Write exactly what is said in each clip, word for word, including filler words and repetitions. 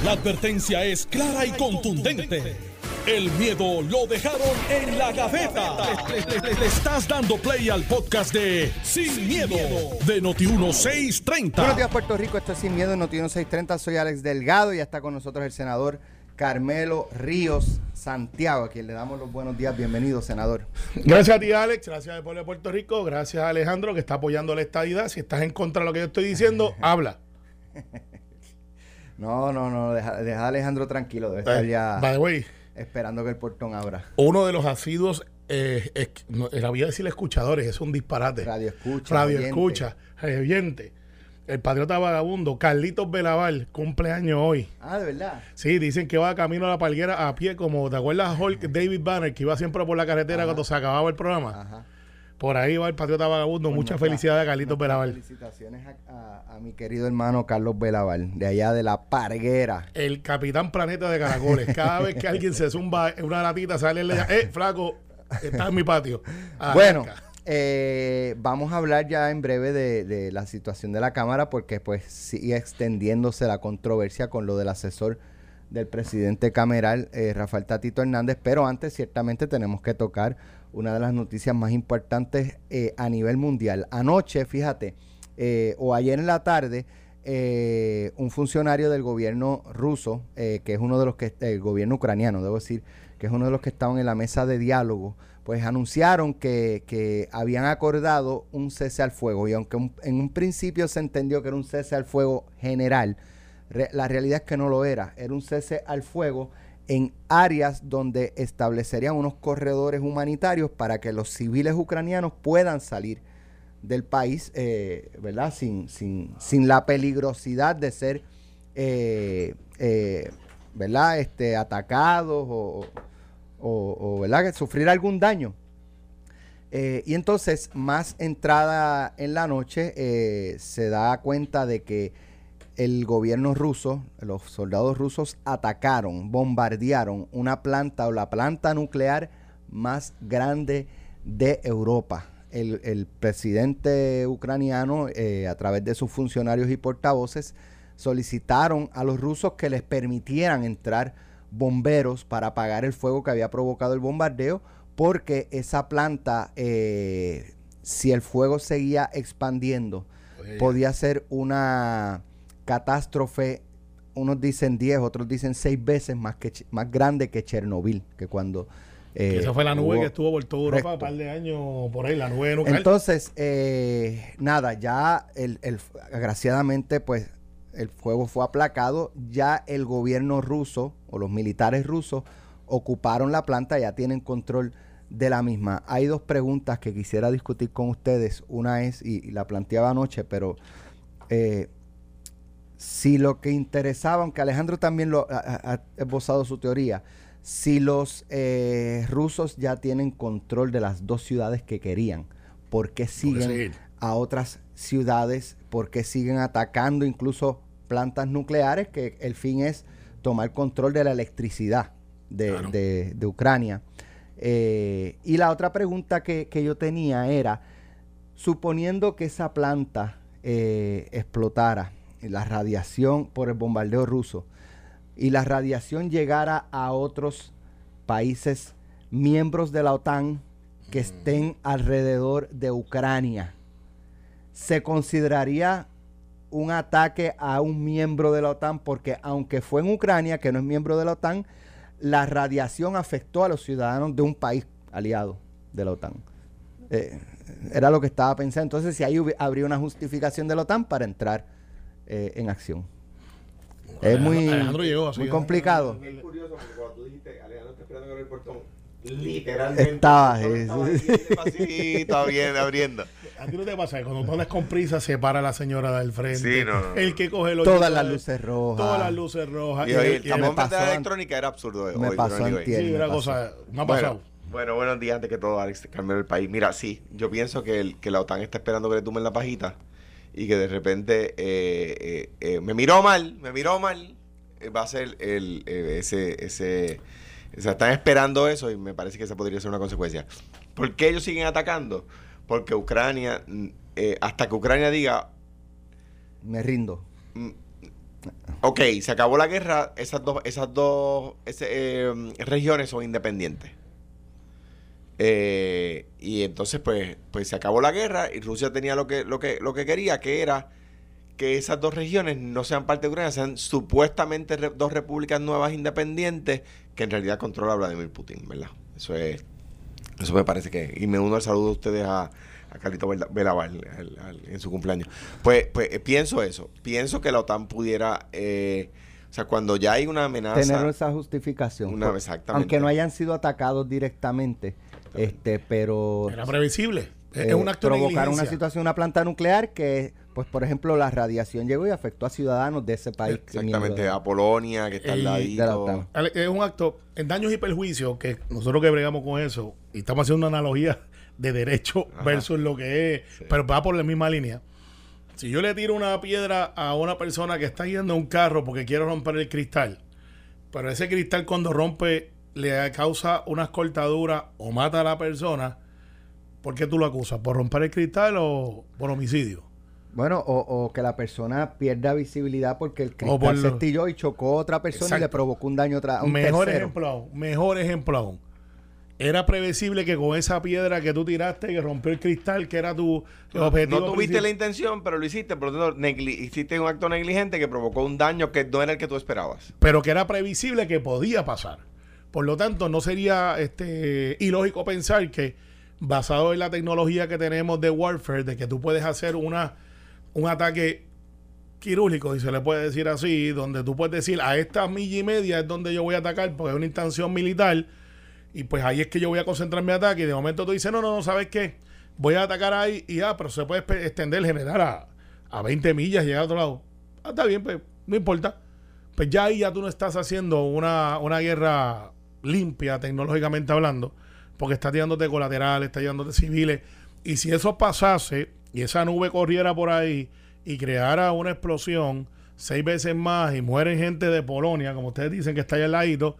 La advertencia es clara y contundente. El miedo lo dejaron en la gaveta. Le, le- le- le estás dando play al podcast de Sin, Miedo, de Noti uno seiscientos treinta. Buenos días, Puerto Rico. Esto es Sin Miedo en Noti uno seiscientos treinta. Soy Alex Delgado y ya está con nosotros el senador Carmelo Ríos Santiago, a quien le damos los buenos días. Bienvenido, senador. Gracias a ti, Alex. Gracias al pueblo de Puerto Rico. Gracias a Alejandro, que está apoyando la estadidad. Si estás en contra de lo que yo estoy diciendo, habla. No, no, no. Deja, deja a Alejandro tranquilo. Debe estar ya By the way, esperando que el portón abra. uno de los asiduos, eh, es, no, la voy a decir escuchadores, es un disparate. Radio escucha. Radio oyente. escucha, oyente. El patriota vagabundo, Carlitos Belaval, cumpleaños hoy. Ah, ¿de verdad? Sí, dicen que va camino a la Palguera a pie, como, ¿te acuerdas Hulk, David Banner, que iba siempre por la carretera. Ajá. Cuando se acababa el programa? Ajá. Por ahí va el patriota vagabundo. Pues Mucha nuestra, felicidad a Carlitos Belaval. Felicitaciones a, a, a mi querido hermano Carlos Belaval, de allá de la Parguera. El capitán planeta de caracoles. Cada vez que alguien se zumba en una latita, sale el eh, flaco, está en mi patio. Arranca. Bueno, eh, vamos a hablar ya en breve de, de la situación de la Cámara, porque pues sigue extendiéndose la controversia con lo del asesor del presidente cameral, eh, Rafael Tatito Hernández, pero antes ciertamente tenemos que tocar una de las noticias más importantes eh, a nivel mundial. Anoche, fíjate, eh, o ayer en la tarde, eh, un funcionario del gobierno ruso, eh, que es uno de los que, el gobierno ucraniano, debo decir, que es uno de los que estaban en la mesa de diálogo, pues anunciaron que, que habían acordado un cese al fuego, y aunque un, en un principio se entendió que era un cese al fuego general, re, la realidad es que no lo era, era un cese al fuego en áreas donde establecerían unos corredores humanitarios para que los civiles ucranianos puedan salir del país, eh, ¿verdad? Sin, sin, sin la peligrosidad de ser, eh, eh, ¿verdad? Este, atacados o, o, o, ¿verdad? Que sufrir algún daño. Eh, y entonces, más entrada en la noche, eh, se da cuenta de que el gobierno ruso, los soldados rusos atacaron, bombardearon una planta o la planta nuclear más grande de Europa. El, el presidente ucraniano, eh, a través de sus funcionarios y portavoces, solicitaron a los rusos que les permitieran entrar bomberos para apagar el fuego que había provocado el bombardeo, porque esa planta, eh, si el fuego seguía expandiendo, Oye. podía ser una catástrofe, unos dicen diez, otros dicen seis veces más que más grande que Chernobyl, que cuando eh, esa fue la nube hubo, que estuvo por toda Europa un par de años por ahí, la nube nuclear. Entonces, eh, nada, ya el, el, agraciadamente, pues el fuego fue aplacado, ya el gobierno ruso o los militares rusos ocuparon la planta, ya tienen control de la misma. Hay dos preguntas que quisiera discutir con ustedes. Una es, y, y la planteaba anoche, pero eh, si lo que interesaba, aunque Alejandro también lo ha, ha esbozado su teoría, si los eh, rusos ya tienen control de las dos ciudades que querían, ¿por qué siguen a otras ciudades? ¿Por qué siguen atacando incluso plantas nucleares? Que el fin es tomar control de la electricidad de, claro. de, de Ucrania. Eh, y la otra pregunta que, que yo tenía era, suponiendo que esa planta eh, explotara, la radiación por el bombardeo ruso, y la radiación llegara a otros países miembros de la OTAN que estén alrededor de Ucrania, ¿se consideraría un ataque a un miembro de la OTAN? Porque aunque fue en Ucrania, que no es miembro de la OTAN, la radiación afectó a los ciudadanos de un país aliado de la OTAN. Eh, era lo que estaba pensando. Entonces, si ahí habría una justificación de la OTAN para entrar Eh, en acción. Alejandro, es muy, Alejandro llegó, muy complicado. Es curioso porque cuando tú dijiste, Alejandro está esperando en el portón, literalmente estaba, estaba es, despacito abriendo, abriendo. ¿A ti no te pasa que cuando tú andas con prisa se para la señora del frente? Sí, no, no. El que coge el todas las luces rojas. Todas las luces rojas. Y, y, y el tapón de la electrónica era absurdo. Me hoy, pasó anyway. antier, Sí, una cosa, no ha pasado. Bueno, bueno, buenos días antes que todo, Alex, Carmelo del país. Mira, sí, yo pienso que, el, que la OTAN está esperando que le tumben la pajita y que de repente eh, eh, eh, me miró mal, me miró mal, eh, va a ser el, el ese, ese, o sea, están esperando eso y me parece que esa podría ser una consecuencia. ¿Por qué ellos siguen atacando? Porque Ucrania, eh, hasta que Ucrania diga, me rindo, mm, ok, se acabó la guerra, esas dos, esas dos ese, eh, regiones son independientes. Eh, y entonces pues, pues se acabó la guerra y Rusia tenía lo que, lo que, lo que quería, que era que esas dos regiones no sean parte de Ucrania, sean supuestamente re, dos repúblicas nuevas independientes que en realidad controla Vladimir Putin, ¿verdad? Eso es, eso me parece que, y me uno al saludo de ustedes a, a Carlito Belaval en su cumpleaños. Pues, pues eh, pienso eso, pienso que la OTAN pudiera, eh, o sea, cuando ya hay una amenaza, tener esa justificación, una, exactamente, aunque no hayan sido atacados directamente, este, pero era previsible. Eh, es un acto de provocar negligencia. una situación, una planta nuclear que, pues por ejemplo, la radiación llegó y afectó a ciudadanos de ese país. Exactamente, de, a Polonia, que está al ladito. Es un acto en daños y perjuicios que nosotros que bregamos con eso, y estamos haciendo una analogía de derecho Ajá. versus lo que es, sí. pero va por la misma línea. Si yo le tiro una piedra a una persona que está yendo en un carro porque quiere romper el cristal, pero ese cristal cuando rompe le causa unas cortaduras o mata a la persona, ¿por qué tú lo acusas? ¿Por romper el cristal o por homicidio? Bueno, o, o que la persona pierda visibilidad porque el cristal se estilló y chocó a otra persona Exacto. y le provocó un daño a un mejor tercero. Ejemplo aún, mejor ejemplo aún. Era previsible que con esa piedra que tú tiraste, que rompió el cristal, que era tu no, objetivo. No tuviste principal. La intención, pero lo hiciste. Por lo tanto, negli- hiciste un acto negligente que provocó un daño que no era el que tú esperabas. Pero que era previsible que podía pasar. Por lo tanto, no sería este ilógico pensar que, basado en la tecnología que tenemos de warfare, de que tú puedes hacer una un ataque quirúrgico, y se le puede decir así, donde tú puedes decir, a esta milla y media es donde yo voy a atacar, porque es una intención militar, y pues ahí es que yo voy a concentrar mi ataque, y de momento tú dices, no, no, no, ¿sabes qué? Voy a atacar ahí, y ya, ah, pero se puede extender, generar a, a veinte millas, llegar a otro lado. Ah, está bien, pues, no importa. Pues ya ahí ya tú no estás haciendo una, una guerra limpia, tecnológicamente hablando, porque está tirándote colaterales, está tirándote civiles, y si eso pasase y esa nube corriera por ahí y creara una explosión seis veces más y mueren gente de Polonia, como ustedes dicen que está allá al ladito,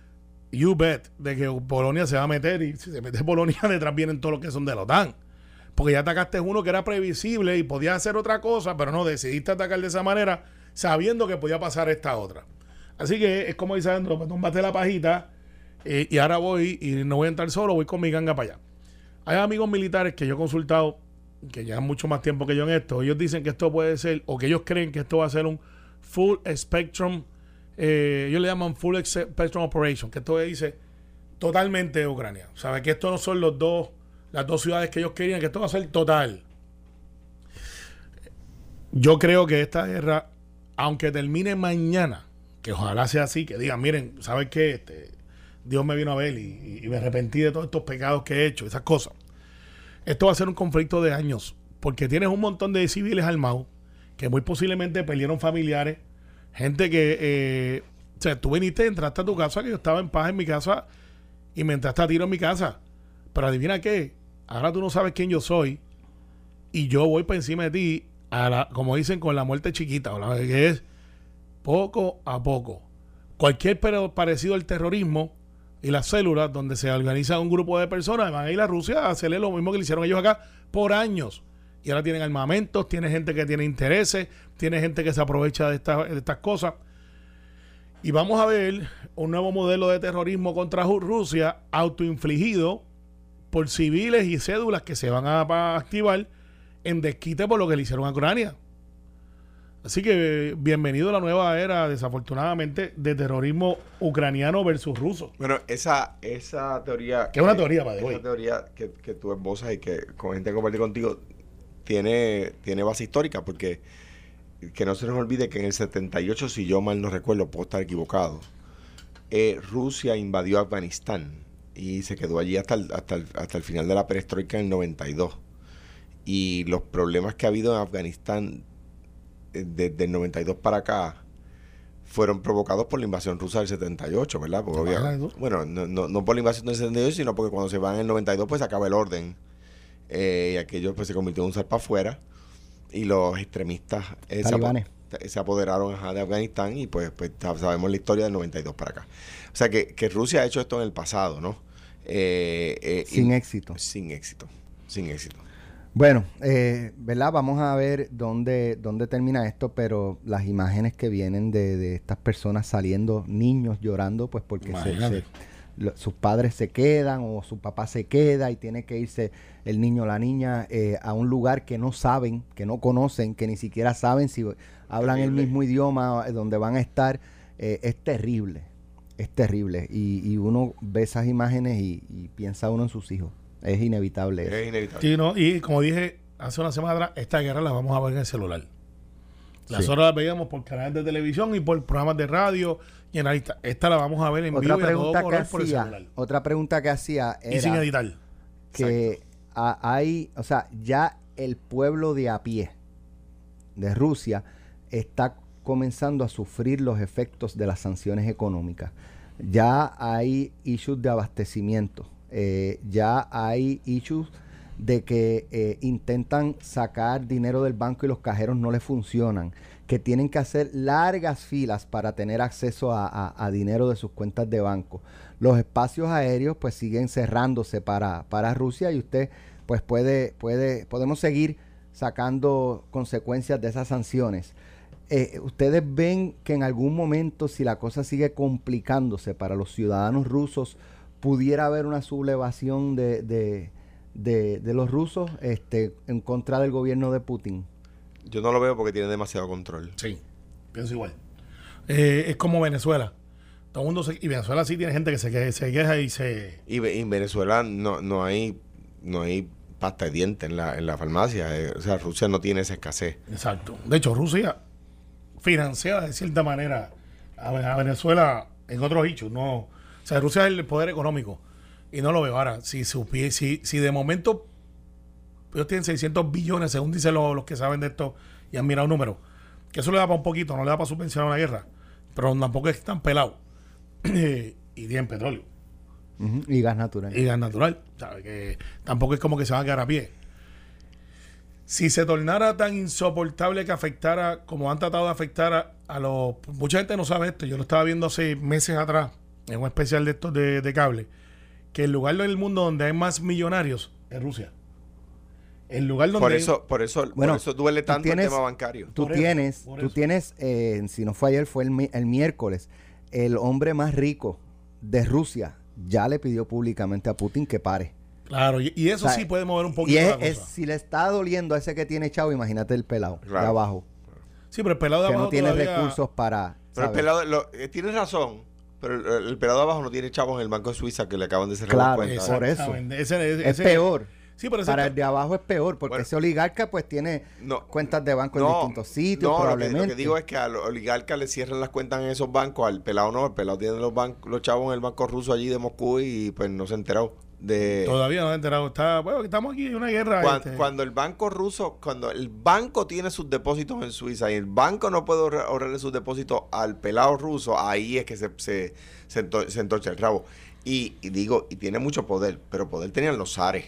you bet de que Polonia se va a meter, y si se mete Polonia detrás vienen todos los que son de la OTAN, porque ya atacaste uno que era previsible y podía hacer otra cosa, pero no, decidiste atacar de esa manera sabiendo que podía pasar esta otra. Así que es como dice Andro, me tumbaste la pajita eh, y ahora voy y no voy a entrar solo, voy con mi ganga para allá. Hay amigos militares que yo he consultado que llevan mucho más tiempo que yo en esto. Ellos dicen que esto puede ser, o que ellos creen que esto va a ser un full spectrum, eh, ellos le llaman full spectrum operation, que esto dice totalmente de Ucrania. ¿Sabe? Que esto no son los dos, las dos ciudades que ellos querían, que esto va a ser total. Yo creo que esta guerra, aunque termine mañana, que ojalá sea así, que digan, miren, ¿sabes qué? Este, Dios me vino a ver y, y me arrepentí de todos estos pecados que he hecho, esas cosas. Esto va a ser un conflicto de años, porque tienes un montón de civiles armados que muy posiblemente perdieron familiares, gente que, eh, o sea, tú viniste, entraste a tu casa, que yo estaba en paz en mi casa y me entraste a tiro en mi casa, pero adivina qué, ahora tú no sabes quién yo soy y yo voy por encima de ti, a la, como dicen, con la muerte chiquita, o la que es poco a poco. Cualquier parecido al terrorismo y las células donde se organiza un grupo de personas van a ir a Rusia a hacerle lo mismo que le hicieron ellos acá por años, y ahora tienen armamentos, tiene gente que tiene intereses, tiene gente que se aprovecha de, esta, de estas cosas, y vamos a ver un nuevo modelo de terrorismo contra Rusia autoinfligido por civiles y cédulas que se van a, a activar en desquite por lo que le hicieron a Ucrania. Así que bienvenido a la nueva era, desafortunadamente, de terrorismo ucraniano versus ruso. Bueno, esa, esa teoría... Que es una teoría, para Esa teoría que, que tú esbozas y que con gente que compartí contigo tiene, tiene base histórica, porque que no se nos olvide que en el setenta y ocho, si yo mal no recuerdo, puedo estar equivocado, eh, Rusia invadió Afganistán y se quedó allí hasta el, hasta el, hasta el final de la perestroika en el noventa y dos. Y los problemas que ha habido en Afganistán desde el noventa y dos para acá fueron provocados por la invasión rusa del setenta y ocho, ¿verdad? Porque obvio, bueno, no, no, no por la invasión del setenta y ocho, sino porque cuando se van en el noventa y dos, pues se acaba el orden. Eh, y aquello pues se convirtió en un zarpa afuera. Y los extremistas eh, se, ap se apoderaron ajá, de Afganistán, y pues, pues sabemos la historia del noventa y dos para acá. O sea que, que Rusia ha hecho esto en el pasado, ¿no? Eh, eh, sin y, éxito. Sin éxito. Sin éxito. Bueno, eh, ¿verdad? Vamos a ver dónde, dónde termina esto, pero las imágenes que vienen de, de estas personas saliendo, niños llorando, pues porque se, se, lo, sus padres se quedan o su papá se queda y tiene que irse el niño o la niña eh, a un lugar que no saben, que no conocen, que ni siquiera saben si hablan terrible. El mismo idioma donde van a estar. Eh, es terrible, es terrible. Y, y uno ve esas imágenes y, y piensa uno en sus hijos. Es inevitable. Es eso. inevitable. Sí, no, y como dije hace una semana atrás, esta guerra la vamos a ver en el celular. Las Sí. otras las veíamos por canales de televisión y por programas de radio y analista. Esta la vamos a ver en Otra vivo y a todo pregunta que color por el hacía, celular. otra pregunta que hacía Y sin era editar. que a- hay, o sea, ya el pueblo de a pie de Rusia está comenzando a sufrir los efectos de las sanciones económicas. Ya hay issues de abastecimiento, eh, ya hay issues de que eh, intentan sacar dinero del banco y los cajeros no les funcionan, que tienen que hacer largas filas para tener acceso a, a- a dinero de sus cuentas de banco. Los espacios aéreos pues siguen cerrándose para, para Rusia y usted pues puede, puede, podemos seguir sacando consecuencias de esas sanciones. Eh, ¿Ustedes ven que en algún momento, si la cosa sigue complicándose para los ciudadanos rusos, pudiera haber una sublevación de, de, de, de los rusos este, en contra del gobierno de Putin? Yo no lo veo porque tiene demasiado control. Sí, pienso igual. Eh, es como Venezuela. Todo el mundo se, y Venezuela sí tiene gente que se, que se queja y se... Y, ve- y en Venezuela no, no hay no hay pasta de dientes en la, en la farmacia. Eh, o sea, Rusia no tiene esa escasez. Exacto. De hecho, Rusia financia de cierta manera a, a Venezuela en otros hechos. No, o sea, Rusia es el poder económico y no lo veo. Ahora, si, supie, si, si de momento ellos tienen seiscientos billones, según dicen los, los que saben de esto y han mirado números, que eso le da para un poquito, no le da para subvencionar una guerra, pero tampoco es tan pelado. Y tienen petróleo Uh-huh. Y gas natural. y gas natural, ¿sabe? Que tampoco es como que se van a quedar a pie. Si se tornara tan insoportable que afectara como han tratado de afectar a, a los... Mucha gente no sabe esto, yo lo estaba viendo hace meses atrás en un especial de estos de, de cable, que el lugar del mundo donde hay más millonarios es Rusia. El lugar donde Por hay- eso, por eso, Bueno, por eso duele tú tanto tienes- el tema bancario. Tú Por eso, tienes, por tú eso. tienes eh, si no fue ayer, fue el, mi- el miércoles, el hombre más rico de Rusia ya le pidió públicamente a Putin que pare. Claro, y, y eso O sea, sí puede mover un poquito Y es, la cosa. es- si le está doliendo a ese que tiene chavo, imagínate el pelado de Claro. abajo, Sí, pero el pelado de que abajo no tiene todavía- recursos para... Pero el ¿sabes? pelado, lo, eh, tienes razón, pero el, el pelado de abajo no tiene chavos en el Banco de Suiza que le acaban de cerrar Claro, la cuenta. por eso. Exactamente. Ese- ese- Es peor. Sí, pero ese Para está- el de abajo es peor, porque Bueno. ese oligarca pues tiene No, cuentas de banco en no, distintos sitios, no, lo que- probablemente. Lo que, digo es que a los oligarcas le cierran las cuentas en esos bancos, al pelado no, el pelado tiene los bancos, los chavos en el banco ruso allí de Moscú y pues no se ha enterado de... Todavía no he enterado. Está, bueno, estamos aquí en una guerra. Cuan- este, Cuando el banco ruso, cuando el banco tiene sus depósitos en Suiza y el banco no puede ahorrar- ahorrarle sus depósitos al pelado ruso, ahí es que se, se, se, ento- se entorcha el rabo. Y, y digo, y tiene mucho poder, pero poder tenían los zares.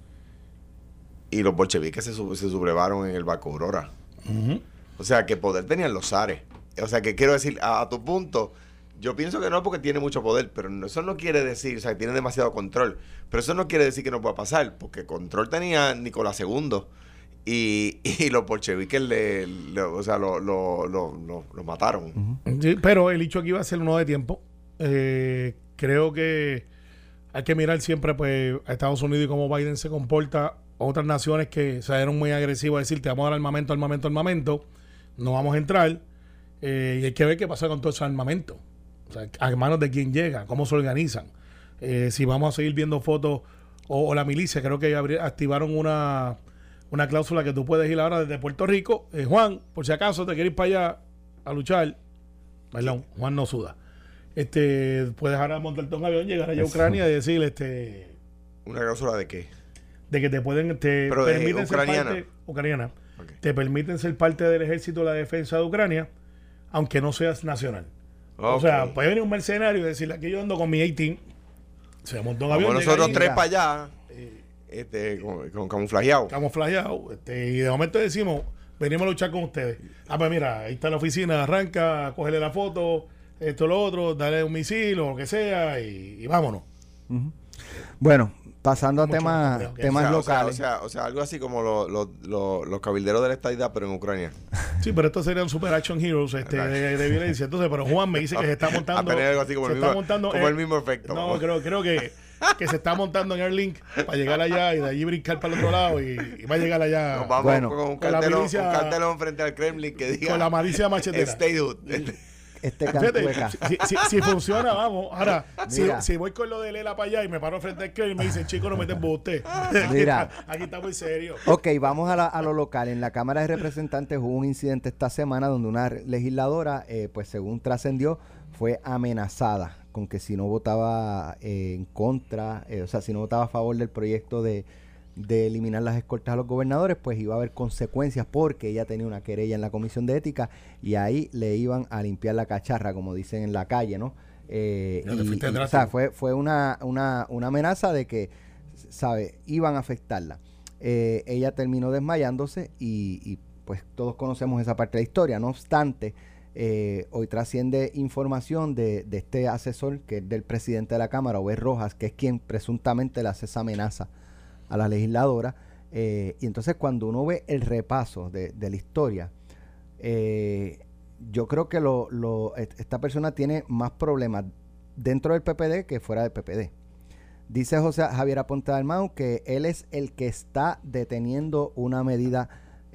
Y los bolcheviques se, sub- se sublevaron en el Baco Aurora. ujú. O sea, que poder tenían los zares. O sea, que quiero decir, a, a tu punto, yo pienso que no porque tiene mucho poder, pero no- eso no quiere decir, o sea, que tiene demasiado control. Pero eso no quiere decir que no pueda pasar, porque control tenía Nicolás segundo. Y, y los bolcheviques le, le- o sea, lo, lo, lo, lo- lo mataron. Sí, pero el hecho aquí va a ser uno de tiempo. Eh, creo que hay que mirar siempre pues a Estados Unidos y cómo Biden se comporta. Otras naciones que se dieron muy agresivas a decir te vamos a dar armamento, armamento, armamento. No vamos a entrar. Eh, y hay que ver qué pasa con todo ese armamento. O sea, a manos de quién llega, cómo se organizan. Eh, si vamos a seguir viendo fotos o, o la milicia, creo que abri- activaron una, una cláusula que tú puedes ir ahora desde Puerto Rico. Eh, Juan, por si acaso te quieres ir para allá a luchar. Perdón, Juan no suda. Este, puedes ahora montarte un avión, llegar allá a Ucrania y decir este, ¿Una cláusula de qué? de que te pueden, te Pero de permiten ser ucraniana. parte, ucraniana, Ok. te permiten ser parte del ejército de la defensa de Ucrania, aunque no seas nacional. O Ok. sea, puede venir un mercenario y decirle, aquí yo ando con mi dieciocho, se montó un Vamos avión, llega nosotros ahí, tres mira. para allá, este, con, con camuflajeado. camuflajeado, este, y de momento decimos, venimos a luchar con ustedes. Ah, pues mira, ahí está la oficina, arranca, cógele la foto, esto, lo otro, dale un misil o lo que sea, y, y vámonos. Ujú. Bueno, pasando a Mucho temas, complejo, ok. temas o sea, locales. O sea, o sea, o sea, algo así como lo- lo- lo- los cabilderos de la estadidad, pero en Ucrania. Sí, pero estos serían super action heroes este, de, de violencia. Entonces, pero Juan me dice que se está montando. Apenas algo así como, se el está mismo, montando como en- el mismo efecto. No, vamos. creo, creo que, que se está montando en Airlink para llegar allá y de allí brincar para el otro lado y, y va a llegar allá Nos vamos Bueno, con un con la cartelón, milicia- un cartelón frente al Kremlin que diga con la malicia machetera. Statehood. Este Fíjate, cantueca. si, si, si funciona, vamos. Ahora, si, Mira. si voy con lo de Lela para allá y me paro frente al Kremlin y me dicen, chico, no meten usted. Mira. Aquí está muy serio. Ok, vamos a, la- a lo local. En la Cámara de Representantes hubo un incidente esta semana donde una legisladora, eh, pues según trascendió, fue amenazada con que si no votaba eh, en contra, eh, o sea, si no votaba a favor del proyecto de, de eliminar las escoltas a los gobernadores, pues iba a haber consecuencias porque ella tenía una querella en la Comisión de Ética y ahí le iban a limpiar la cacharra, como dicen en la calle, ¿no? Eh, Ya te y- fuiste y, o drástico. sea, fue, fue una, una, una amenaza de que, ¿sabe? Iban a afectarla. Eh, ella terminó desmayándose y, y, pues todos conocemos esa parte de la historia. No obstante, eh, hoy trasciende información de, de este asesor, que es del presidente de la Cámara, Obed Rojas, que es quien presuntamente le hace esa amenaza a la legisladora. Eh, y entonces cuando uno ve el repaso de, de la historia, eh, yo creo que lo, lo, est- esta persona tiene más problemas dentro del P P D que fuera del P P D. Dice José Javier Aponte Dalmau que él es el que está deteniendo una medida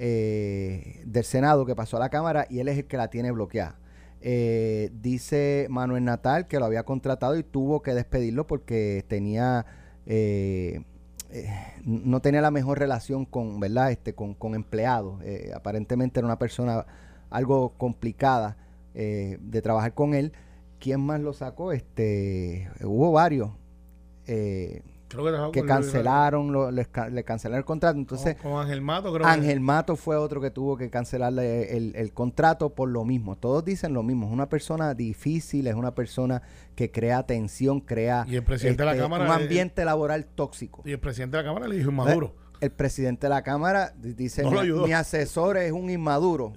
eh, del Senado que pasó a la Cámara y él es el que la tiene bloqueada. Eh, dice Manuel Natal que lo había contratado y tuvo que despedirlo porque tenía eh, eh, no tenía la mejor relación con, ¿verdad? Este, con, con empleados. Eh, aparentemente era una persona algo complicada eh, de trabajar con él. ¿Quién más lo sacó? Este, hubo varios. Eh, Creo que, trabajó que con- cancelaron, lo, les ca- le cancelaron el contrato. Entonces, con, con Ángel Mato, creo Ángel Mato fue otro que tuvo que cancelarle el, el contrato por lo mismo. Todos dicen lo mismo. Es una persona difícil, es una persona que crea tensión, crea Y el presidente de la este, Cámara un es- ambiente laboral tóxico. que... Y el presidente de la Cámara le dijo inmaduro. El presidente de la Cámara di- dice, No lo mi, ayudó. mi asesor es un inmaduro.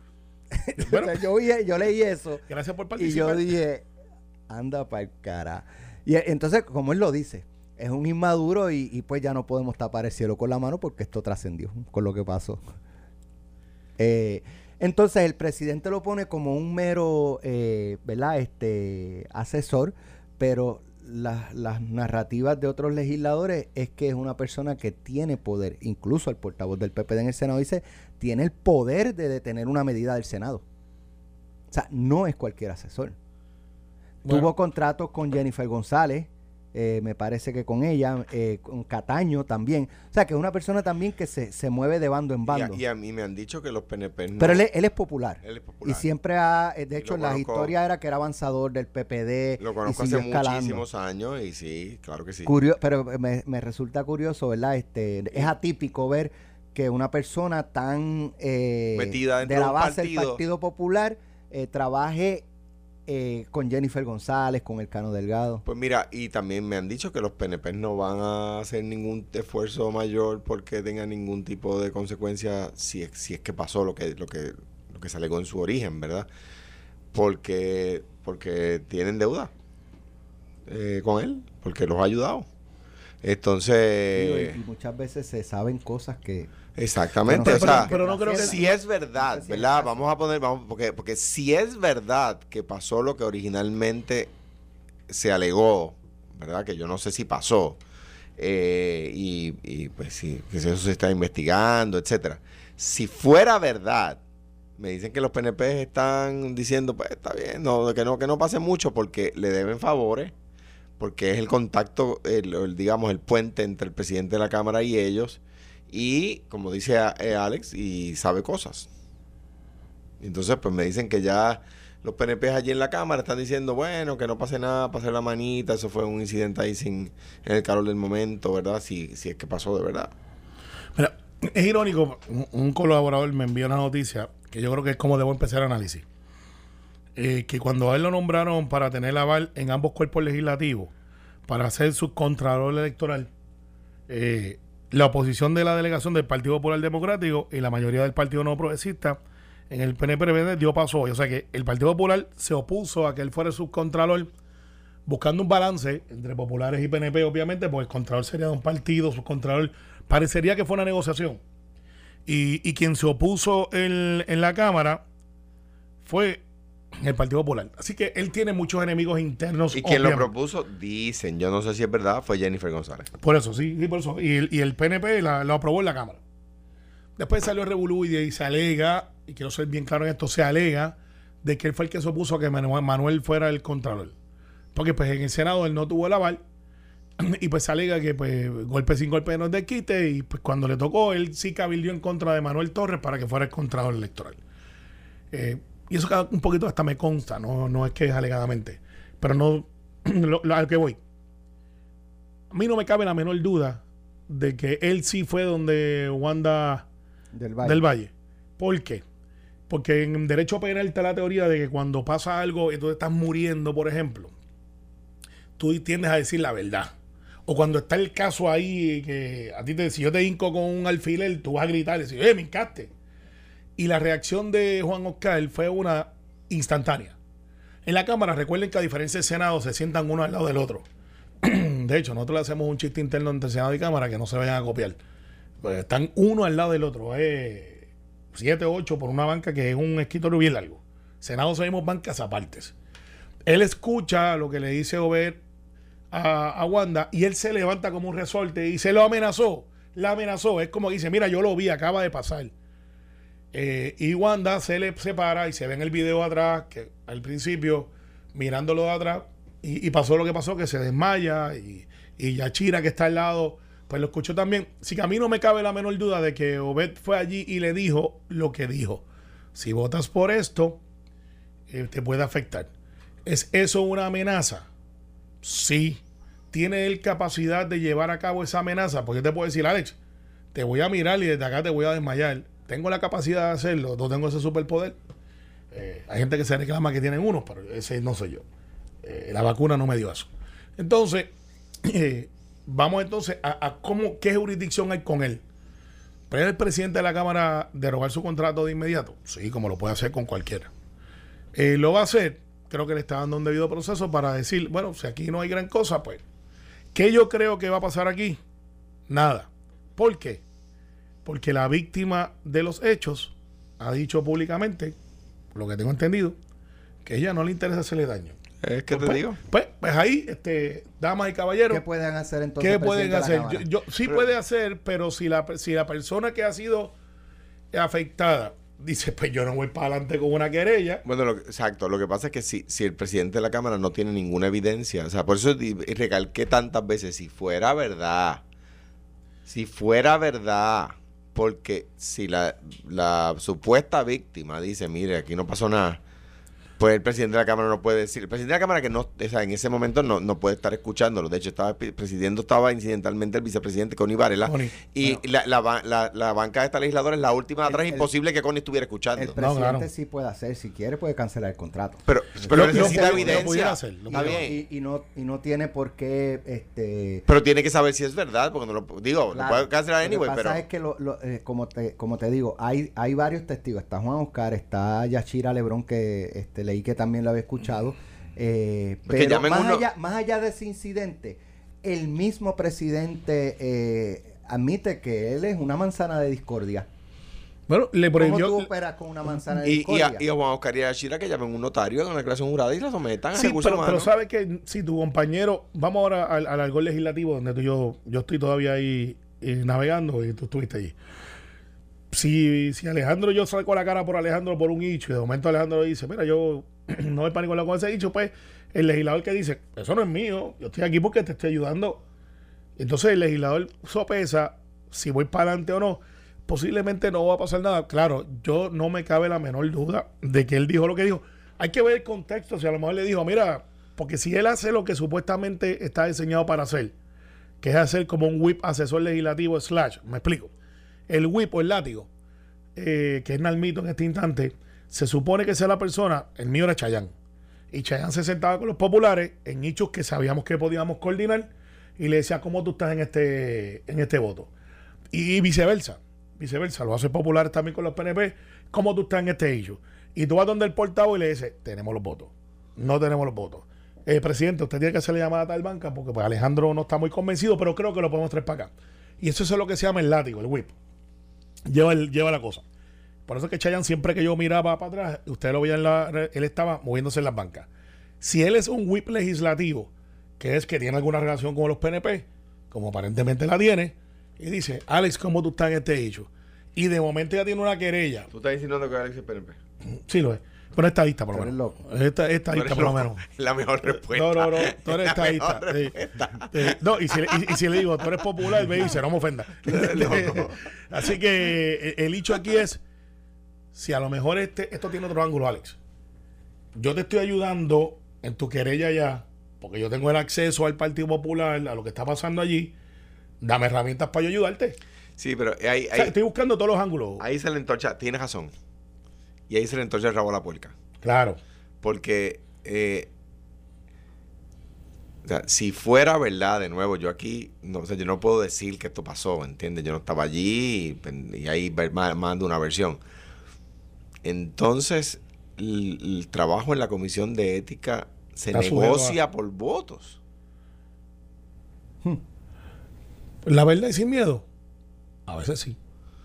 Bueno. O sea, yo, vi- yo leí eso Gracias por y participar. yo dije, anda para el cara. Y eh, entonces, como él lo dice, es un inmaduro y, y pues ya no podemos tapar el cielo con la mano porque esto trascendió con lo que pasó. Eh, entonces el presidente lo pone como un mero, eh, ¿verdad? Este asesor, pero las, las narrativas de otros legisladores es que es una persona que tiene poder. Incluso el portavoz del P P D en el Senado dice, tiene el poder de detener una medida del Senado. O sea, no es cualquier asesor. Bueno. Tuvo contratos con Jennifer González, eh, me parece que con ella, eh, con Cataño también. O sea, que es una persona también que se, se mueve de bando en Y bando. a, y a mí me han dicho que los P N P no. Pero él, es- él es popular. Él es popular. Y siempre ha, eh, de Y hecho, lo en las conozco- historias era que era avanzador del P P D. Lo y conozco siguió hace escalando. muchísimos años y sí, claro que sí. Curio- pero me, me resulta curioso, ¿verdad? Este, es atípico ver que una persona tan eh, Metida dentro de la de un base partido. del Partido Popular eh, trabaje eh, con Jennifer González, con Elcano Delgado. Pues mira, y también me han dicho que los P N P no van a hacer ningún esfuerzo mayor porque tengan ningún tipo de consecuencia si es, si es que pasó lo que, lo que, lo que se alegó en su origen, ¿verdad? Porque, porque tienen deuda eh, con él, porque los ha ayudado. Entonces, y, y muchas veces se saben cosas que... exactamente, Pero o no- sea, pero no creo que- si es verdad, no sé si es ¿verdad? el caso. Vamos a poner, vamos, porque, porque si es verdad que pasó lo que originalmente se alegó, ¿verdad? Que yo no sé si pasó, eh, y, y pues sí, que eso se está investigando, etcétera. Si fuera verdad, me dicen que los P N P están diciendo, pues está bien, no, que no, que no pase mucho porque le deben favores, porque es el contacto, el, el, digamos, el puente entre el presidente de la Cámara y ellos, y como dice eh, Alex, y sabe cosas. Entonces, pues me dicen que ya los P N P allí en la Cámara están diciendo, bueno, que no pase nada, pase la manita, eso fue un incidente ahí sin, en el calor del momento, ¿verdad? Si, si es que pasó de verdad. Mira, es irónico, un, un colaborador me envió una noticia que yo creo que es como debo empezar el análisis. Eh, que cuando a él lo nombraron para tener aval en ambos cuerpos legislativos, para ser subcontralor electoral, eh, la oposición de la delegación del Partido Popular Democrático y la mayoría del Partido No Progresista en el P N P dio paso hoy. O sea que el Partido Popular se opuso a que él fuera subcontralor buscando un balance entre populares y P N P, obviamente, porque el Contralor sería de un partido, su Contralor parecería que fue una negociación. Y, y quien se opuso en, en la Cámara fue el Partido Popular. Así que él tiene muchos enemigos internos. Y quien lo propuso, dicen, yo no sé si es verdad, fue Jennifer González. Por eso, sí, sí por eso. Y el, y el P N P la, lo aprobó en la Cámara. Después salió el revolú y de ahí se alega, y quiero ser bien claro en esto, se alega de que él fue el que se opuso a que Manuel, Manuel fuera el Contralor. Porque pues en el Senado él no tuvo el aval y pues se alega que pues golpe sin golpe no es de quite y pues cuando le tocó él sí cabildió en contra de Manuel Torres para que fuera el Contralor electoral. Eh, y eso un poquito hasta me consta, no, no es que es alegadamente, pero no lo, lo, al que voy. A mí no me cabe la menor duda de que él sí fue donde Wanda del Valle. Del Valle. ¿Por qué? Porque en derecho penal está la teoría de que cuando pasa algo y tú estás muriendo, por ejemplo, tú tiendes a decir la verdad. O cuando está el caso ahí, que a ti te, si yo te hinco con un alfiler, tú vas a gritar y decir, ¡eh, me hincaste! Y la reacción de Juan Oscar fue una instantánea. En la Cámara, recuerden que a diferencia del Senado, se sientan uno al lado del otro. De hecho, nosotros le hacemos un chiste interno entre Senado y Cámara que no se vayan a copiar. Pues están uno al lado del otro. Eh, siete o ocho por una banca que es un escritorio bien largo. Senado sabemos bancas apartes. Él escucha lo que le dice Obed a, a Wanda y él se levanta como un resorte y se lo amenazó. La amenazó. Es como que dice, mira, yo lo vi, acaba de pasar. Eh, y Wanda se le separa y se ve en el video atrás, que al principio, mirándolo de atrás, y, y pasó lo que pasó, que se desmaya y, y Yachira, que está al lado, pues lo escuchó también. Así que a mí no me cabe la menor duda de que Obed fue allí y le dijo lo que dijo. Si votas por esto, eh, te puede afectar. ¿Es eso una amenaza? Sí. ¿Tiene él capacidad de llevar a cabo esa amenaza? Porque te puedo decir, Alex, te voy a mirar y desde acá te voy a desmayar. Tengo la capacidad de hacerlo, no tengo ese superpoder. Eh, hay gente que se reclama que tienen uno, pero ese no soy yo. Eh, la vacuna no me dio eso. Entonces, eh, vamos entonces a, a cómo, qué jurisdicción hay con él. ¿Puede el presidente de la Cámara derogar su contrato de inmediato? Sí, como lo puede hacer con cualquiera. Eh, lo va a hacer, creo que le está dando un debido proceso para decir, bueno, si aquí no hay gran cosa, pues, ¿qué yo creo que va a pasar aquí? Nada. ¿Por qué? Porque la víctima de los hechos ha dicho públicamente, por lo que tengo entendido, que a ella no le interesa hacerle daño. Es que pues, te digo. Pues, pues ahí, este, damas y caballeros. ¿Qué pueden hacer entonces? ¿Qué pueden hacer? Yo, yo, sí pero, puede hacer, pero si la, si la persona que ha sido afectada dice, pues yo no voy para adelante con una querella. Bueno, lo, exacto. Lo que pasa es que si, si el presidente de la Cámara no tiene ninguna evidencia, o sea, por eso recalqué tantas veces, si fuera verdad, si fuera verdad, porque si la, la supuesta víctima dice, mire, aquí no pasó nada, pues el presidente de la Cámara no puede decir, el presidente de la Cámara que no, o sea, en ese momento no, no puede estar escuchándolo. De hecho, estaba presidiendo, estaba incidentalmente el vicepresidente Connie Varela, Connie, y bueno. la, la, la, la banca de esta legisladora es la última de atrás, el, imposible que Connie estuviera escuchando. El presidente no, claro. sí puede hacer, si quiere puede cancelar el contrato. Pero, pero lo, necesita lo, evidencia. Lo hacer, lo Está bien. Y, y, no, y no tiene por qué... este Pero tiene que saber si es verdad, porque no lo digo, claro, lo puede cancelar anyway, lo que pasa pero... es que, lo, lo, eh, como, te, como te digo, hay, hay varios testigos. Está Juan Oscar, está Yachira Lebrón, que este, leí que también lo había escuchado. Eh, pero más, uno... allá, más allá de ese incidente, el mismo presidente eh, admite que él es una manzana de discordia. Bueno, le prohibió. ¿Cómo tú operas con una manzana de y, discordia? Y a, y a Juan Oscar y a Yachira que llamen un notario en una declaración jurada y la sometan a sí, recursos pero, humanos. pero sabes que si tu compañero, vamos ahora al, al algor legislativo donde tú y yo, yo estoy todavía ahí eh, navegando y tú estuviste allí. Si, si Alejandro, yo salgo la cara por Alejandro por un hecho y de momento Alejandro dice, mira, yo no me pánico con ese hecho, pues el legislador que dice, eso no es mío, yo estoy aquí porque te estoy ayudando. Entonces el legislador sopesa si voy para adelante o no. Posiblemente no va a pasar nada. Claro, yo no me cabe la menor duda de que él dijo lo que dijo. Hay que ver el contexto, si a lo mejor le dijo, mira, porque si él hace lo que supuestamente está diseñado para hacer, que es hacer como un whip asesor legislativo slash, me explico, el whip o el látigo, eh, que es Nalmito en este instante, se supone que sea la persona, el mío era Chayán, y Chayán se sentaba con los populares en hechos que sabíamos que podíamos coordinar y le decía, ¿cómo tú estás en este, en este voto? Y viceversa. Viceversa, lo hace populares también con los P N P. ¿Cómo tú estás en este hecho? Y tú vas donde el portavoz y le dices, tenemos los votos, no tenemos los votos. eh, presidente, usted tiene que hacerle llamada a tal banca porque pues, Alejandro no está muy convencido, pero creo que lo podemos traer para acá. Y eso es lo que se llama el látigo, el whip. Lleva, el, lleva la cosa. Por eso es que Chayanne, siempre que yo miraba para atrás, usted lo veía en la... Él estaba moviéndose en las bancas. Si él es un whip legislativo, que es que tiene alguna relación con los P N P, como aparentemente la tiene, y dice, Alex, ¿cómo tú estás en este hecho? Y de momento ya tiene una querella. ¿Tú estás diciendo que Alex es P N P? Sí lo es. Pero es estadista, por lo menos. Loco. Es estadista, por lo menos. La mejor respuesta. No, no, no. Tú eres estadista. Sí. Sí. No, y si, le, y, y si le digo, tú eres popular, me dice, no me ofenda. No, no. Así que el hecho aquí es, si a lo mejor este, esto tiene otro ángulo, Alex. Yo te estoy ayudando en tu querella ya, porque yo tengo el acceso al Partido Popular, a lo que está pasando allí. Dame herramientas para yo ayudarte. Sí, pero ahí, o sea, ahí estoy buscando todos los ángulos. Ahí se le entorcha, tienes razón. Y ahí se le entorcha el rabo a la puerca. Claro. Porque eh, o sea, si fuera verdad, de nuevo, yo aquí, no, o sea, yo no puedo decir que esto pasó, ¿entiendes? Yo no estaba allí y, y ahí mando una versión. Entonces, el, el trabajo en la Comisión de Ética se Está negocia a... por votos. Hmm. La verdad y sin miedo. A veces sí.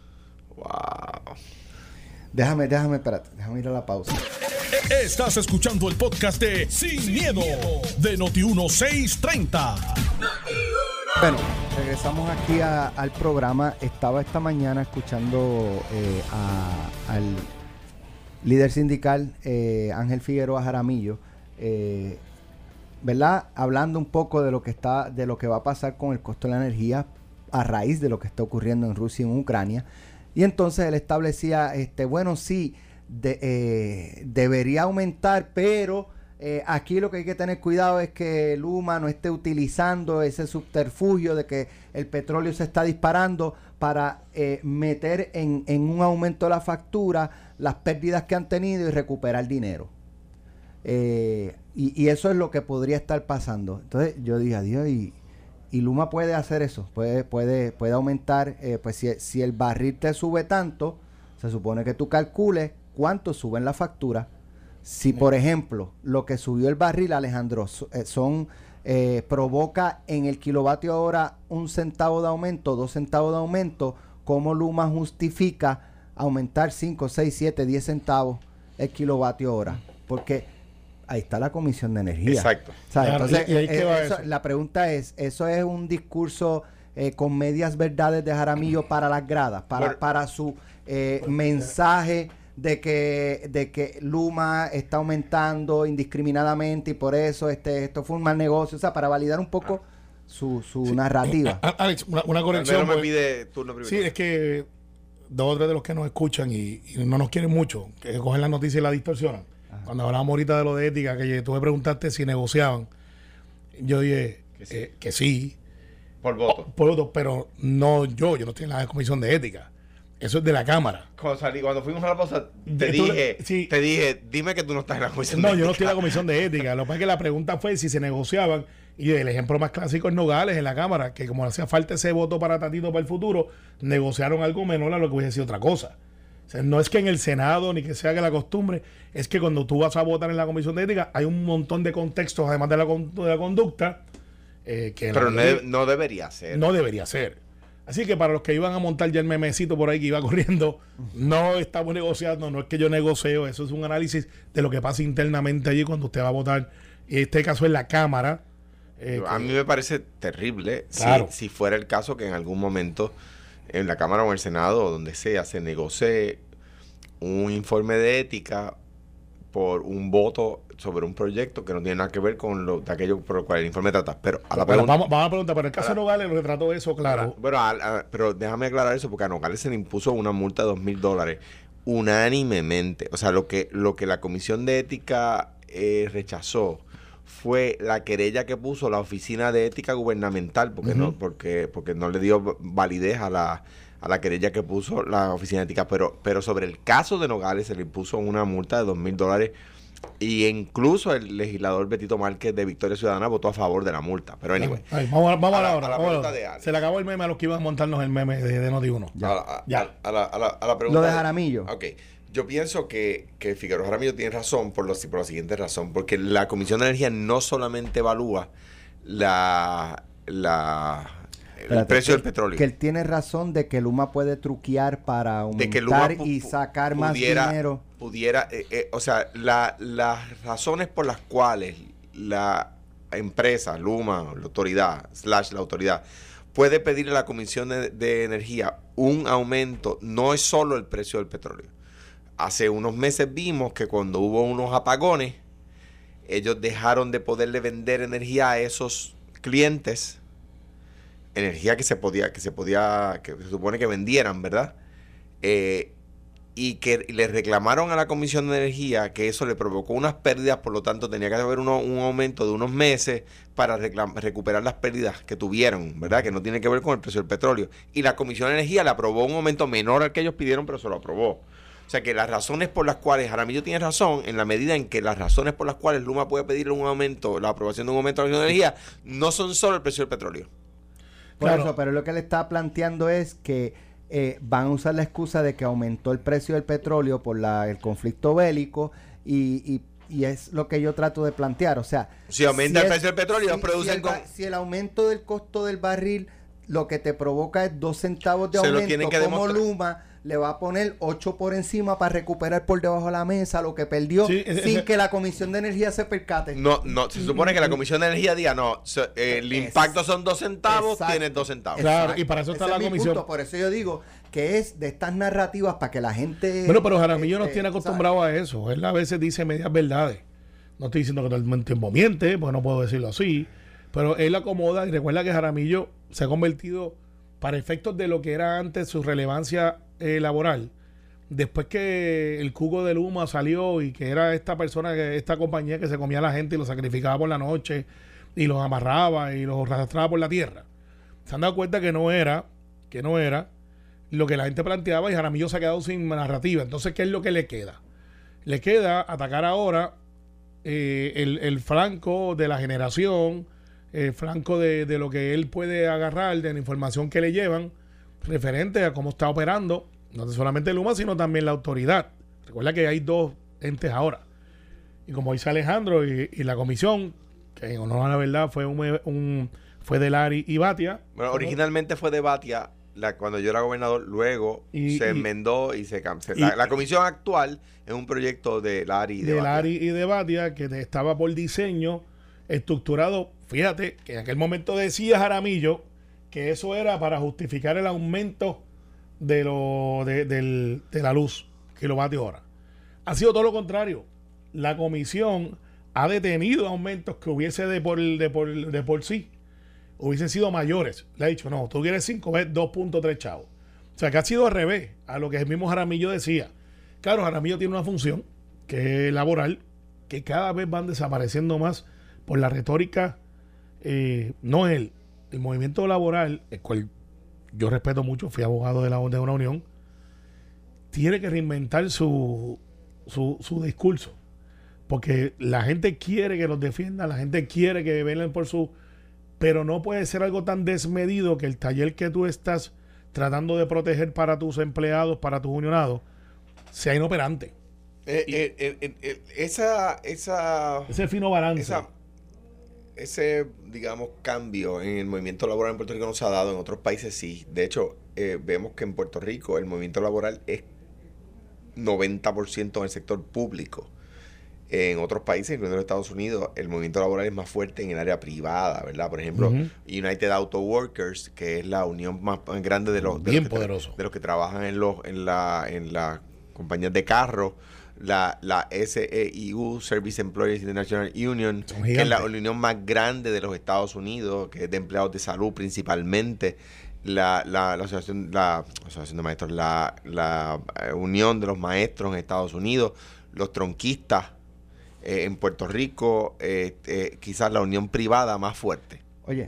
Wow. Déjame, déjame, espérate, déjame ir a la pausa. Estás escuchando el podcast de Sin Miedo de Noti uno seiscientos treinta. Bueno, regresamos aquí a, al programa. Estaba esta mañana escuchando eh, a, al líder sindical eh, Ángel Figueroa Jaramillo, eh, ¿verdad? Hablando un poco de lo que está, de lo que va a pasar con el costo de la energía a raíz de lo que está ocurriendo en Rusia y en Ucrania. Y entonces él establecía, este, bueno, sí, de, eh, debería aumentar, pero eh, aquí lo que hay que tener cuidado es que Luma no esté utilizando ese subterfugio de que el petróleo se está disparando para eh, meter en, en un aumento de la factura las pérdidas que han tenido y recuperar dinero. Eh, y, y eso es lo que podría estar pasando. Entonces yo dije, adiós, y... Y Luma puede hacer eso, puede, puede, puede aumentar, eh, pues si, si el barril te sube tanto, se supone que tú calcules cuánto sube en la factura. Si, por ejemplo, lo que subió el barril, Alejandro, son eh, provoca en el kilovatio hora un centavo de aumento, dos centavos de aumento, ¿cómo Luma justifica aumentar cinco, seis, siete, diez centavos el kilovatio hora? Porque ahí está la Comisión de Energía. Exacto. O sea, claro, entonces, y, y ahí eh, va eso, eso. la pregunta es, ¿eso es un discurso eh, con medias verdades de Jaramillo para las gradas? Para, bueno, para su eh, mensaje de que, de que Luma está aumentando indiscriminadamente y por eso este esto fue un mal negocio. O sea, para validar un poco su, su sí. narrativa. A, Alex, una, una corrección. No me pide turno primero. Sí, es que dos o tres de los que nos escuchan y, y no nos quieren mucho, que cogen las noticias y la distorsionan. Ajá. Cuando hablábamos ahorita de lo de ética, que tú me preguntaste si negociaban, yo dije que sí, eh, que sí por voto. Por voto, pero no yo, yo no estoy en la comisión de ética. Eso es de la Cámara. Cuando, salí, cuando fuimos a la pausa, te Esto, dije, sí. te dije, dime que tú no estás en la comisión no, de ética. No, yo no estoy en la comisión de ética. Lo que pasa es que la pregunta fue si se negociaban. Y el ejemplo más clásico es Nogales en la Cámara, que como hacía falta ese voto para Tatito para el futuro, negociaron algo menor a lo que hubiese sido otra cosa. O sea, no es que en el Senado ni que sea que la costumbre, es que cuando tú vas a votar en la comisión de ética hay un montón de contextos, además de la, de la conducta. Eh, que Pero la, no, de, no debería ser. No debería ser. Así que para los que iban a montar ya el memecito por ahí que iba corriendo, no estamos negociando, no es que yo negocio, eso es un análisis de lo que pasa internamente allí cuando usted va a votar. Y en este caso es la Cámara. Eh, a que, mí me parece terrible claro. si, si fuera el caso que en algún momento en la Cámara o en el Senado o donde sea se negocie un informe de ética por un voto sobre un proyecto que no tiene nada que ver con lo de aquello por lo cual el informe trata. Pero a la bueno, pregunta, vamos, vamos a preguntar, pero el caso de Nogales lo retrató eso, claro. Bueno, a, a, pero déjame aclarar eso porque a Nogales se le impuso una multa de dos mil dólares unánimemente. O sea, lo que, lo que la Comisión de Ética eh, rechazó fue la querella que puso la Oficina de Ética Gubernamental, porque uh-huh. no porque porque no le dio validez a la a la querella que puso la Oficina de Ética, pero pero sobre el caso de Nogales se le impuso una multa de dos mil dólares y incluso el legislador Betito Márquez de Victoria Ciudadana votó a favor de la multa. Pero anyway, Ay, vamos a, vamos a, la, a la, hora, a la pregunta de Se le acabó el meme a los que iban a montarnos el meme de, de Noti uno. Ya. A, la, ya. A, la, a, la, a la pregunta lo de Jaramillo. Ok. Yo pienso que, que Figueroa Jaramillo tiene razón por, los, por la siguiente razón, porque la Comisión de Energía no solamente evalúa la, la el Espérate, precio que, del petróleo. Que él tiene razón de que Luma puede truquear para aumentar de que Luma pu- y sacar pudiera, más dinero. Pudiera, eh, eh, o sea, la, las razones por las cuales la empresa, Luma, la autoridad, slash la autoridad, puede pedirle a la Comisión de, de Energía un aumento, no es solo el precio del petróleo. Hace unos meses vimos que cuando hubo unos apagones, ellos dejaron de poderle vender energía a esos clientes, energía que se podía, que se podía, que se supone que vendieran, ¿verdad? Eh, y que le reclamaron a la Comisión de Energía que eso le provocó unas pérdidas, por lo tanto tenía que haber uno, un aumento de unos meses para reclam- recuperar las pérdidas que tuvieron, ¿verdad? Que no tiene que ver con el precio del petróleo. Y la Comisión de Energía le aprobó un aumento menor al que ellos pidieron, pero se lo aprobó. O sea que las razones por las cuales Jaramillo tiene razón, en la medida en que las razones por las cuales Luma puede pedirle un aumento, la aprobación de un aumento a la Comisión de Energía, no son solo el precio del petróleo. Por Claro. eso, pero lo que le está planteando es que eh, van a usar la excusa de que aumentó el precio del petróleo por la, el conflicto bélico y, y, y es lo que yo trato de plantear. O sea, Si aumenta si el es- precio del petróleo, ellos si- producen si el, con... ba- si el aumento del costo del barril lo que te provoca es dos centavos de Se lo aumento, tienen que como demostrar. Luma le va a poner ocho por encima para recuperar por debajo de la mesa lo que perdió Sí, ese- sin ese- que la Comisión de Energía se percate. No, no, se supone que la Comisión de Energía diga, no, so- eh, el Es- impacto son dos centavos, Exacto. tienes dos centavos. Claro, y para eso está Ese la es mi comisión. punto, por eso yo digo que es de estas narrativas para que la gente... Bueno, pero Jaramillo nos este, tiene acostumbrados a eso. Él a veces dice medias verdades. No estoy diciendo que todo el tiempo miente, porque no puedo decirlo así. Pero él acomoda y recuerda que Jaramillo se ha convertido, para efectos de lo que era antes su relevancia eh, laboral, después que el Cuco de Luma salió y que era esta persona, que esta compañía que se comía a la gente y los sacrificaba por la noche y los amarraba y los arrastraba por la tierra, se han dado cuenta que no era, que no era lo que la gente planteaba y Jaramillo se ha quedado sin narrativa. Entonces, ¿qué es lo que le queda? Le queda atacar ahora eh, el, el flanco de la generación, el flanco de, de lo que él puede agarrar, de la información que le llevan, referente a cómo está operando, no solamente Luma, sino también la autoridad. Recuerda que hay dos entes ahora. Y como dice Alejandro y, y la comisión, que en honor a la verdad fue un, un fue de Lari y Batia. Bueno, originalmente fue de Batia la, cuando yo era gobernador, luego Y- se y- enmendó y se canceló. y- La, la comisión actual es un proyecto de Lari y de, de Batia. Lari y de Batia, que estaba por diseño estructurado. Fíjate que en aquel momento decía Jaramillo que eso era para justificar el aumento de lo de, del- de la luz kilovatio hora. Ha sido todo lo contrario. La comisión ha detenido aumentos que hubiese de por, de por, de por sí hubiesen sido mayores. Le ha dicho, no, tú quieres cinco, ves dos punto tres chavos. O sea, que ha sido al revés a lo que el mismo Jaramillo decía. Claro, Jaramillo tiene una función que es laboral, que cada vez van desapareciendo más por la retórica, eh, no él, el movimiento laboral, el cual yo respeto mucho, fui abogado de, la, de una unión, tiene que reinventar su, su, su discurso. Porque la gente quiere que los defiendan, la gente quiere que velen por su... Pero no puede ser algo tan desmedido que el taller que tú estás tratando de proteger para tus empleados, para tus unionados, sea inoperante. Eh, eh, eh, eh, eh, esa, esa, Ese fino balance. esa, ese, digamos, cambio en el movimiento laboral en Puerto Rico no se ha dado, en otros países sí. De hecho, eh, vemos que en Puerto Rico el movimiento laboral es noventa por ciento en el sector público. En otros países, incluyendo los Estados Unidos, el movimiento laboral es más fuerte en el área privada, ¿verdad? Por ejemplo, Ujú. United Auto Workers, que es la unión más grande de los, de Bien los que, tra- poderoso. de los que trabajan en los en la en las compañías de carros, la, la S E I U, Service Employees International Union, Son que es la gigantes. unión más grande de los Estados Unidos, que es de empleados de salud principalmente. La, la, la asociación la asociación de maestros, la, la eh, unión de los maestros en Estados Unidos, los tronquistas eh, en Puerto Rico, eh, eh, quizás la unión privada más fuerte. Oye,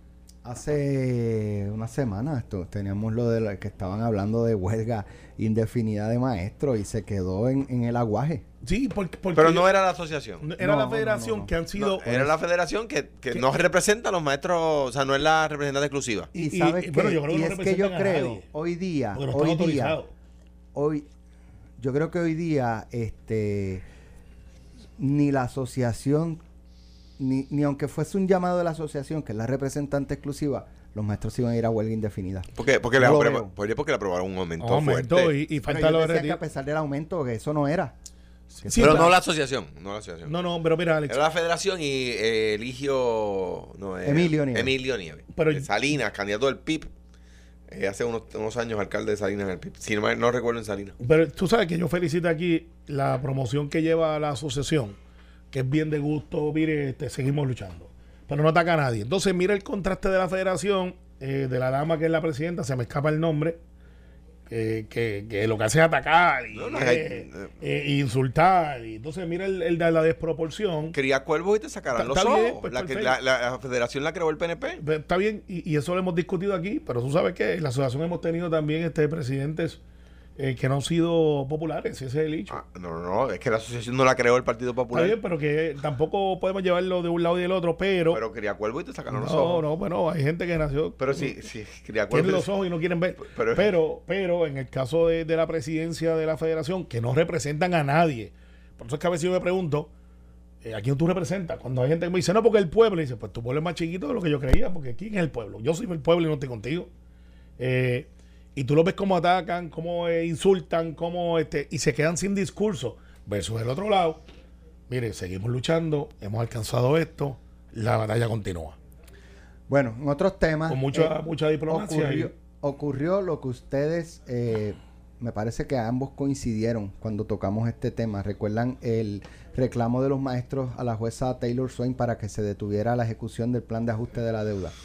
hace una semana esto, teníamos lo de la, que estaban hablando de huelga indefinida de maestros y se quedó en, en el aguaje. Sí, porque, porque Pero no era la asociación. era No, la no, federación no, no. que han sido... No, era la federación que, que ¿Qué? no representa a los maestros, o sea, no es la representante exclusiva. Y, Y- sabes y, que, bueno, yo creo que y no es que yo representan a creo, nadie, hoy día, porque no están hoy día, autorizados. hoy, yo creo que hoy día este ni la asociación, ni, ni aunque fuese un llamado de la asociación, que es la representante exclusiva, los maestros iban a ir a huelga indefinida. ¿Por qué? Porque, no le, apro- porque, porque le aprobaron un aumento, Un aumento fuerte. y, y falta Pero yo lo de decía que retiro. a pesar del aumento, que eso no era. Sí, pero claro. no la asociación, no la asociación. No, no, pero mira, Alex. Era la federación y eh, Eligio... No, eh, Emilio Nieves. Emilio Nieves. Pero- Eh, Salinas, candidato del P I B. Eh, hace unos, unos años alcalde de Salinas en el P I B. Si no, me- no recuerdo en Salinas. Pero tú sabes que yo felicito aquí la promoción que lleva la asociación, que es bien de gusto, mire, este, seguimos luchando. Pero no ataca a nadie. Entonces, mira el contraste de la federación, eh, de la dama que es la presidenta, se me escapa el nombre, eh, que, que lo que hace es atacar y No, no, eh, hay- eh, e insultar. Y entonces, mira el, el de la desproporción. Cría cuervos y te sacarán Está- los está ojos. bien, pues, la, que, perfecto. la, la- la federación la creó el P N P. Está bien, y, y eso lo hemos discutido aquí, pero tú sabes que en la asociación hemos tenido también este presidentes eh, que no han sido populares, ese es el hecho. Ah, no, no, no. Es que la asociación no la creó el Partido Está Popular. bien, pero que tampoco podemos llevarlo de un lado y del otro, pero... Pero cría cuervos y te sacaron los no, ojos. no, bueno, hay gente que nació... Pero sí, sí, cría tienen cuervos. los ojos y no quieren ver. Pero- Pero, pero, en el caso de, de la presidencia de la federación, que no representan a nadie. Por eso es que a veces yo me pregunto, eh, ¿a quién tú representas? Cuando hay gente que me dice, no, porque el pueblo, y dice, pues tu pueblo es más chiquito de lo que yo creía, porque ¿quién es el pueblo? Yo soy el pueblo y no estoy contigo. Eh, y tú lo ves cómo atacan, cómo eh, insultan, cómo este, y se quedan sin discurso. Versus el otro lado, mire, seguimos luchando, hemos alcanzado esto, la batalla continúa. Bueno, en otros temas... Con mucha, eh, mucha diplomacia. ocurrió, y- ocurrió lo que ustedes, eh, me parece que ambos coincidieron cuando tocamos este tema. ¿Recuerdan el reclamo de los maestros a la jueza Taylor Swain para que se detuviera la ejecución del plan de ajuste de la deuda?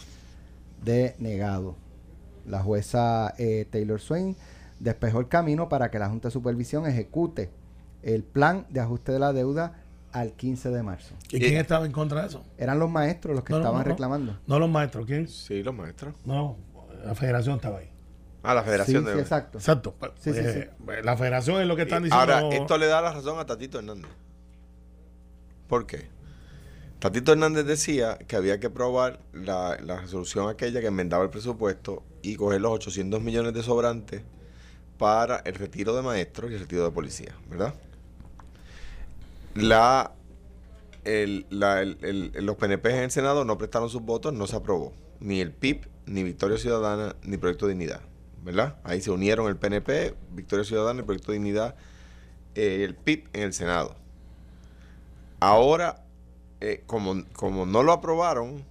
Denegado. La jueza eh, Taylor Swain despejó el camino para que la Junta de Supervisión ejecute el plan de ajuste de la deuda al quince de marzo. ¿Y quién estaba en contra de eso? Eran los maestros los que No, no, estaban no, no. reclamando. No los maestros, ¿quién? Sí, los maestros. No, la federación estaba ahí. Ah, la Sí, federación sí, de... exacto. Exacto. Pues, Sí, sí, eh, La federación es lo que están diciendo. Ahora, esto le da la razón a Tatito Hernández. ¿Por qué? Tatito Hernández decía que había que aprobar la, la resolución aquella que enmendaba el presupuesto y coger los ochocientos millones de sobrantes para el retiro de maestros y el retiro de policías, ¿verdad? La, el, la, el, el- los P N P en el Senado no prestaron sus votos, no se aprobó. Ni el P I B, ni Victoria Ciudadana, ni Proyecto Dignidad, ¿verdad? Ahí se unieron el P N P, Victoria Ciudadana, el Proyecto Dignidad, eh, el P I B en el Senado. Ahora, eh, como, como no lo aprobaron,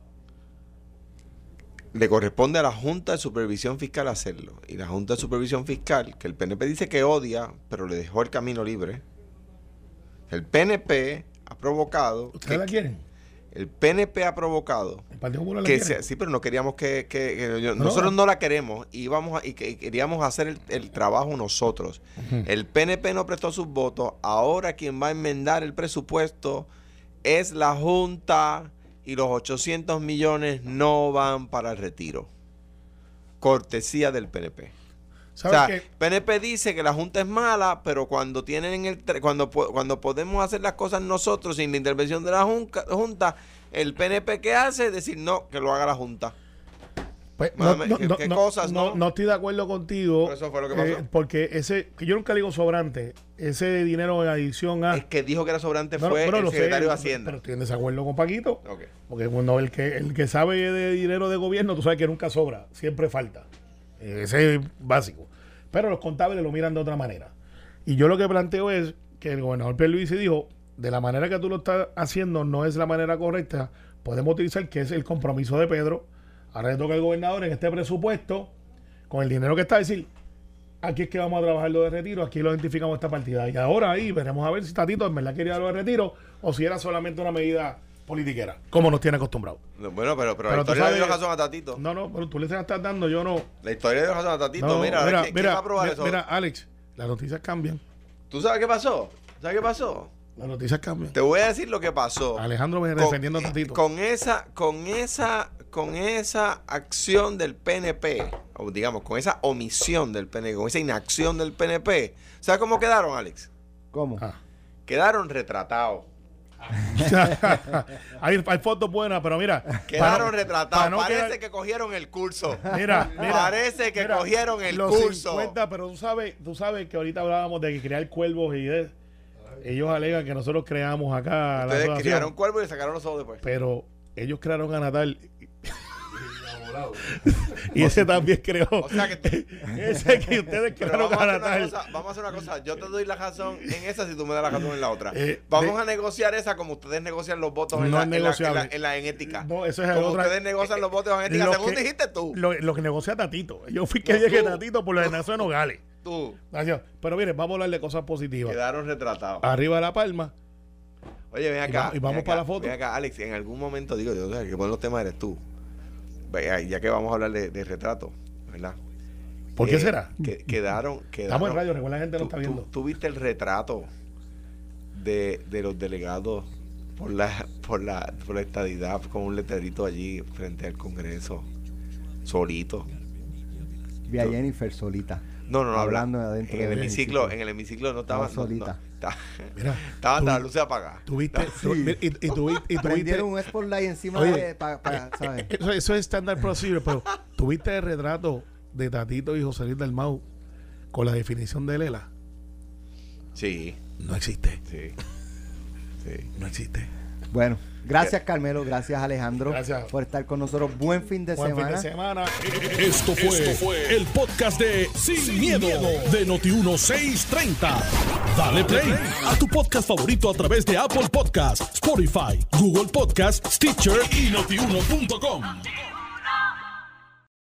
le corresponde a la Junta de Supervisión Fiscal hacerlo. Y la Junta de Supervisión Fiscal, que el P N P dice que odia, pero le dejó el camino libre, el P N P ha provocado... ¿Ustedes que- la quieren? El P N P ha provocado ¿El Partido Popular la que quiere? se- sí, pero no queríamos que, que- que yo- No. nosotros no la queremos y íbamos a- y que queríamos hacer el, el trabajo nosotros. Ujú. El P N P no prestó sus votos. Ahora quien va a enmendar el presupuesto es la Junta y los ochocientos millones no van para el retiro. Cortesía del P N P. O ¿Sabes sea, qué? P N P dice que la Junta es mala, pero cuando tienen el tre- cuando po- cuando podemos hacer las cosas nosotros sin la intervención de la junca- Junta, el P N P ¿qué hace? Es decir, no, que lo haga la Junta. Pues, Mame, no, no, ¿qué- no, qué no, cosas, no, no? no estoy de acuerdo contigo. Pero eso fue lo que pasó. eh, porque ese, que yo nunca le digo sobrante, ese dinero en adición a... Es que dijo que era sobrante No, no, fue pero el lo sé, secretario de pero- Hacienda. Pero estoy en desacuerdo con Paquito. Ok. Porque cuando el que, el que sabe de dinero de gobierno, tú sabes que nunca sobra, siempre falta. Eh, Ese es básico. Pero los contables lo miran de otra manera. Y yo lo que planteo es que el gobernador Pierluisi dijo, de la manera que tú lo estás haciendo no es la manera correcta, podemos utilizar que es el compromiso de Pedro. Ahora le toca al gobernador en este presupuesto, con el dinero que está, decir, aquí es que vamos a trabajar lo de retiro, aquí lo identificamos esta partida. Y ahora ahí veremos a ver si Tatito en verdad quería lo de retiro o si era solamente una medida politiquera, como nos tiene acostumbrados. No, bueno, pero, pero, Pero la tú historia le dio sabes- razón a Tatito. No, no, pero tú le estás dando, yo no. La historia le dio razón a Tatito. No, mira, mira, ¿quién, quién mira, va a aprobar mira, eso? mira, Alex, las noticias cambian. ¿Tú sabes qué pasó? ¿Sabes qué pasó? Las noticias cambian. Te voy a decir lo que pasó. Alejandro me Con- defendiendo a Tatito. Con esa, con esa, con esa acción del P N P, o digamos, con esa omisión del P N P, con esa inacción del P N P, ¿sabes cómo quedaron, Alex? ¿Cómo? Ah, Quedaron retratados. hay, hay fotos buenas, pero mira. Quedaron para, retratados. para no Parece quedar, que cogieron el curso. Mira, mira. Parece que mira, cogieron el los curso. cincuenta, pero tú sabes, tú sabes que ahorita hablábamos de que crear cuervos y de, ellos alegan que nosotros creamos acá. Ustedes la criaron cuervos y le sacaron los ojos después. Pero ellos crearon a Natal. Y ese también creó. O sea que ese que ustedes crearon vamos a a, hacer Natal. una cosa, vamos a hacer una cosa. Yo te doy la razón en esa si tú me das la razón en la otra. Eh, vamos de, a negociar esa como ustedes negocian los votos en, no la, es en, la, en, la, negociable. en la en ética. No, eso es como otra. ustedes negocian los votos en ética, Lo según que- dijiste tú. Lo, lo que negocia Tatito. Yo fui que No, dije tú. Tatito por la generación de Nogales. Tú. Gracias. Pero miren, vamos a hablar de cosas positivas. Quedaron retratados. Arriba de La Palma. Oye, ven Y acá. vamos- y vamos ven para acá, la foto. Ven acá, Alex, en algún momento, digo, yo sé que ponen los temas eres tú. Ve, ya que vamos a hablar de, de retrato, ¿verdad? ¿Por qué Eh, será? que- quedaron, quedaron. Estamos en radio, recuerda, la gente tú, lo está viendo. Tú, tú viste el retrato de, de los delegados por la, por la por la estadidad con un letrerito allí frente al Congreso, solito. Vi a Jennifer solita. No, no, no, Hablando habla- adentro en el del hemiciclo, hemiciclo. en el hemiciclo no estaba, Estaba no- no, solita. está- Mira, estaban tú- las luces apagadas. Tuviste. tú- Sí. y, y, tuviste- y tuviste. Prendieron un spotlight encima Oye, de... Pa, pa- ¿sabes? Eso, eso es standard procedure, pero tuviste el retrato de Tatito y José Luis Dalmau con la definición de Lela. Sí, No existe. sí, sí. No existe. Bueno, gracias Carmelo, gracias Alejandro Gracias. por estar con nosotros. Buen fin de Buen fin semana. de semana. Esto fue, Esto fue el podcast de Sin, miedo, de Noti uno seiscientos treinta. Dale play a tu podcast favorito a través de Apple Podcasts, Spotify, Google Podcasts, Stitcher y notiuno punto com.